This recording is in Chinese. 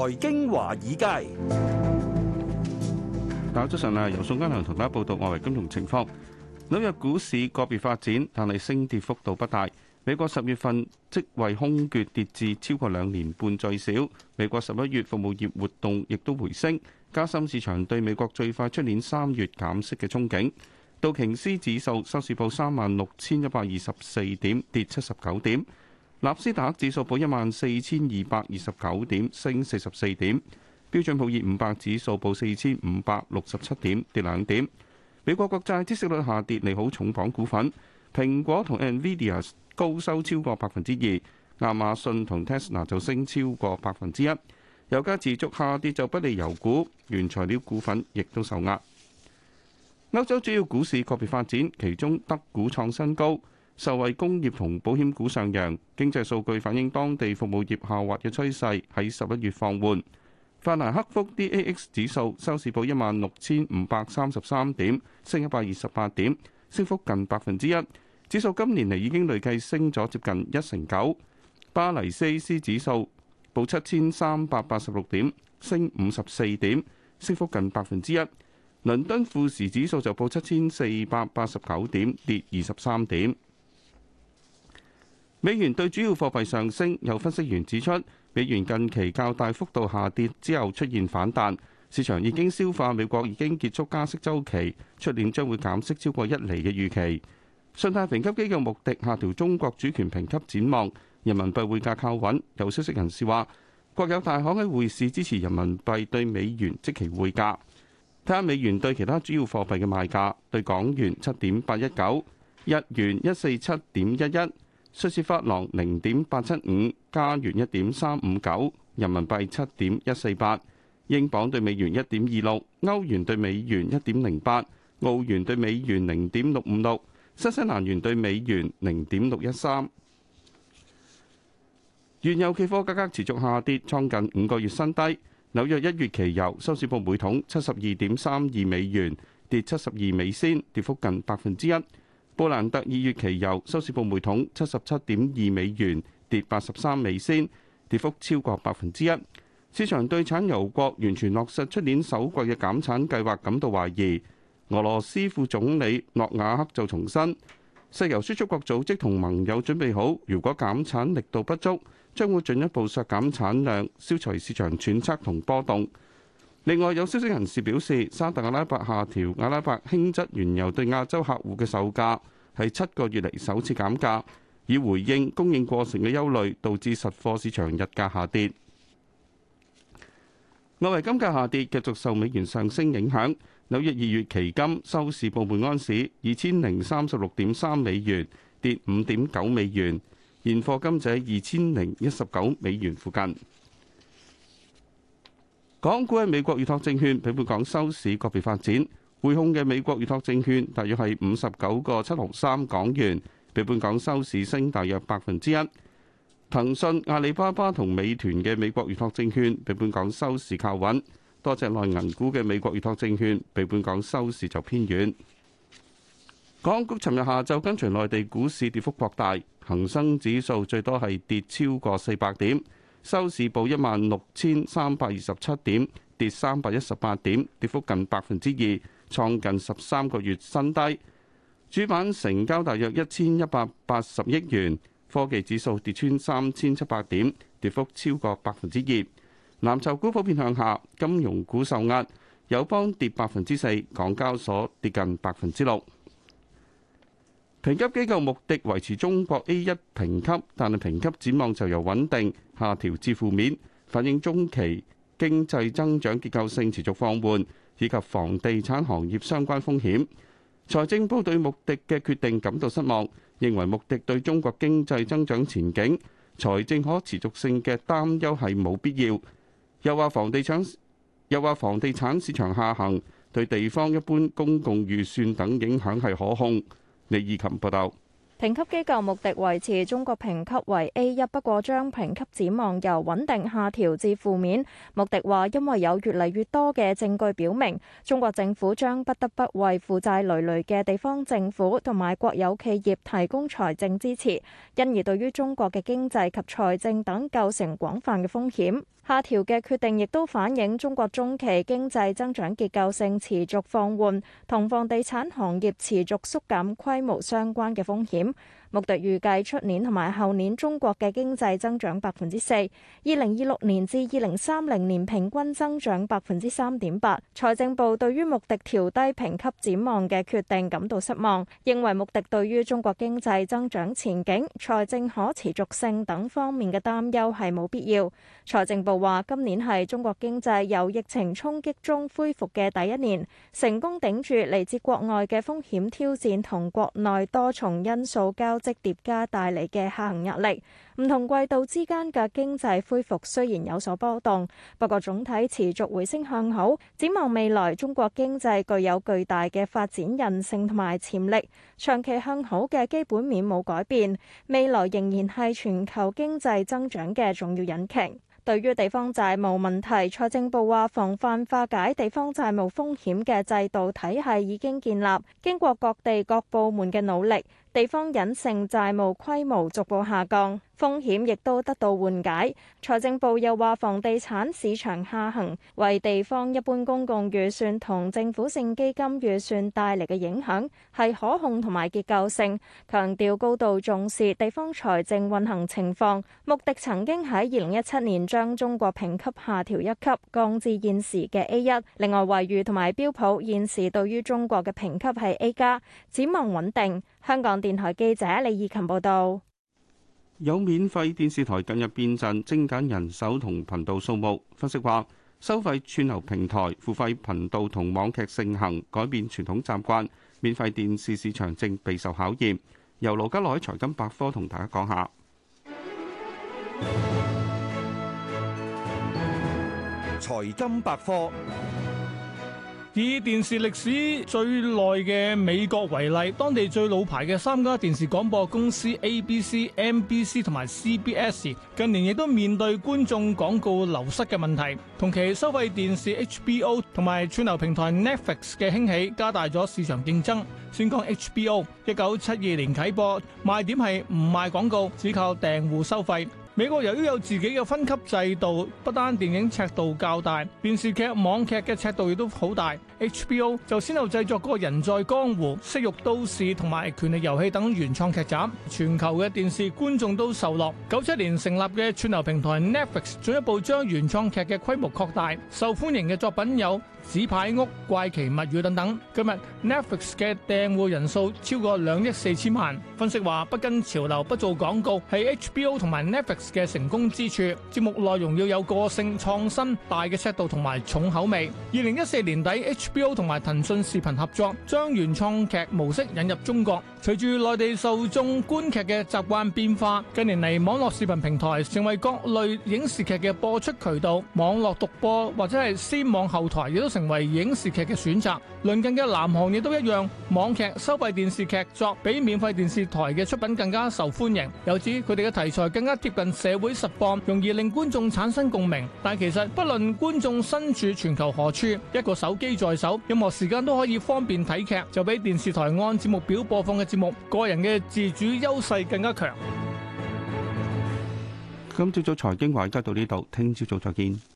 財經華爾街， 大家早晨啊！由宋嘉良同大家報道外圍金融情況。紐約股市個別發展，但係升跌幅度不大。美國10月份職位空缺跌至超過2年半最少。美國11月服務業活動亦都回升，加深市場對美國最快出年3月減息嘅憧憬。道瓊斯指數收市報36,124點，跌79點。納斯達克指數報14,229點，升44點。標準普爾500指數報4,567點，跌2點。美國國債孳息率下跌，利好重磅股份。蘋果同 NVIDIA 高收超過2%，亞馬遜同 Tesla 就升超過1%。油價持續下跌就不利油股，原材料股份亦都受壓。歐洲主要股市個別發展，其中德股創新高，受惠工業同保險股上揚。經濟數據反映當地服務業下滑嘅趨勢喺11月放緩。法蘭克福 DAX 指數收市報16,533點，升128點，升幅近1%。指數今年嚟已經累計升咗接近1成9。巴黎 CAC 指數報7,386點，升54點，升幅近1%。倫敦富時指數就報7,489點，跌23點。美元對主要貨幣上升，有分析員指出，美元近期較大幅度下跌之後出現反彈，市場已經消化美國已經結束加息週期，出年將會減息超過1厘嘅預期。信貸評級機構穆迪下調中國主權評級展望，人民幣匯價靠穩。有消息人士話，國有大行喺匯市支持人民幣對美元即期匯價。睇下美元對其他主要貨幣嘅賣價，對港元7.819，日元147.11，瑞士法郎0.875，加元1.359，人民幣7.148，英鎊對美元1.26，歐元對美元1.08，澳元對美元0.656，新西蘭元對美元0.613。原油期貨價格持續下跌，創近5個月新低。紐約1月期油收市報每桶72.32美元，跌72美仙，跌幅近1%。布蘭特2月期油收市報每桶77.2美元，跌83美仙，跌幅超過1%。市場對產油國完全落實出年首季嘅減產計劃感到懷疑。俄羅斯副總理諾瓦克就重申，石油輸出國組織同盟友準備好，如果減產力度不足，將會進一步削減產量，消除市場揣測同波動。另外，有消息人士表示，沙特阿拉伯下調阿拉伯輕質原油對亞洲客戶嘅售價，係7個月嚟首次減價，以回應供應過剩嘅憂慮，導致實貨市場日價下跌。外圍金價下跌，繼續受美元上升影響。紐約2月期金收市報每安士2036.3美元，跌5.9美元。現貨金就喺2019美元附近。港股嘅美國預託證券比本港收市個別發展，匯控嘅美國預託證券大約係59個7毫3港元，比本港收市升大約1%。騰訊、阿里巴巴同美團嘅美國預託證券比本港收市靠穩，多隻內銀股嘅美國預託證券比本港收市就偏軟。港股尋日下晝跟隨內地股市跌幅擴大，恒生指數最多係跌超過400點，收市報16,327點，跌318點，跌幅近2%，創近13個月新低。主板成交大約1180億元，科技指數跌穿3700點，跌幅超過2%。藍籌股普遍向下，金融股受壓，友邦跌4%，港交所跌近6%。評級機構穆迪維持中國 A1 評級，但係評級展望就由穩定下調至負面，反映中期經濟增長結構性持續放緩，以及房地產行業相關風險。財政部對穆迪嘅決定感到失望，認為穆迪對中國經濟增長前景、財政可持續性嘅擔憂係冇必要。又話房地產市場下行對地方一般公共預算等影響係可控。李義琴報道。 評級機構穆迪維持中國評級為 A1，不過將評級展望由穩定下調至負面。穆迪話，因為有越嚟越多嘅證據表明，中國政府將不得不為負債累累嘅地方政府同埋國有企業提供財政支持，因而對於中國嘅經濟及財政等構成廣泛嘅風險。下調嘅決定亦都反映中國中期經濟增長結構性持續放緩，同房地產行業持續縮減規模相關嘅風險。穆迪預計出年同埋後年中國嘅經濟增長4%， 2026年至2030年平均增長3.8%。財政部對於穆迪調低評級展望嘅決定感到失望，認為穆迪對於中國經濟增長前景、財政可持續性等方面嘅擔憂係冇必要。財政部話，今年係中國經濟由疫情衝擊中恢復嘅第一年，成功頂住嚟自國外嘅風險挑戰同國內多重因素交織疊加帶嚟嘅下行壓力。唔同季度之間嘅經濟恢復雖然有所波動，不過總體持續回升向好。展望未來，中國經濟具有巨大嘅發展韌性同埋潛力，長期向好嘅基本面冇改變，未來仍然係全球經濟增長嘅重要引擎。對於地方債務問題，財政部話防範化解地方債務風險嘅制度體系已經建立，經過各地各部門嘅努力，地方隱性債務規模逐步下降，風險亦都得到緩解。財政部又話，房地產市場下行為地方一般公共預算同政府性基金預算帶嚟嘅影響係可控同埋結構性，強調高度重視地方財政運行情況。穆迪曾經喺2017年將中國評級下調一級，降至現時嘅 A1。另外，惠譽同埋標普現時對於中國嘅評級係 A 加，展望穩定。香港電台記者李義琴報道。 有免費電視台近日變陣，精簡人手同頻道數目。分析話，收費串流平台、付費頻道同網劇盛行，改變傳統習慣，免費電視市場正備受考驗。由羅家樂喺財金百科同大家講下。 財金百科。 以電視歷史最耐嘅美國為例，當地最老牌嘅3家電視廣播公司 ABC、NBC 同埋 CBS 近年亦都面對觀眾廣告流失嘅問題。同期收費電視 HBO 同埋串流平台 Netflix 嘅興起，加大咗市場競爭。先講 HBO， 1972年啟播，賣點係唔賣廣告，只靠訂戶收費。美國由於有自己嘅分級制度，不單電影尺度較大，電視劇、網劇嘅尺度亦都好大。HBO 就先後製作過《人在江湖》、《色慾都市》同埋《權力遊戲》等原創劇集，全球嘅電視觀眾都受落。97年成立嘅串流平台 Netflix 進一步將原創劇嘅規模擴大，受歡迎嘅作品有紙牌屋、怪奇物語等等。今日 Netflix 嘅訂戶人數超過2億4千萬。分析話，不跟潮流、不做廣告係 HBO 同埋 Netflix 嘅成功之處。節目內容要有個性、創新、大嘅尺度同埋重口味。2014年底 HBO 同埋騰訊視頻合作，將原創劇模式引入中國。隨住內地受眾觀劇嘅習慣變化，近年嚟網絡視頻平台成為各類影視劇嘅播出渠道。網絡獨播或者係先網後台亦都成為影視劇嘅選擇。鄰近嘅南韓亦都一樣，網劇、收費電視劇作比免費電視台嘅出品更加受歡迎。有指佢哋嘅題材更加貼近社會實況，容易令觀眾產生共鳴。但其實不論觀眾身處全球何處，一個手機在手，任何時間都可以方便睇劇，就比電視台按節目表播放嘅節目，個人嘅自主優勢更加強。 今朝早財經話題到呢度，聽朝早再見。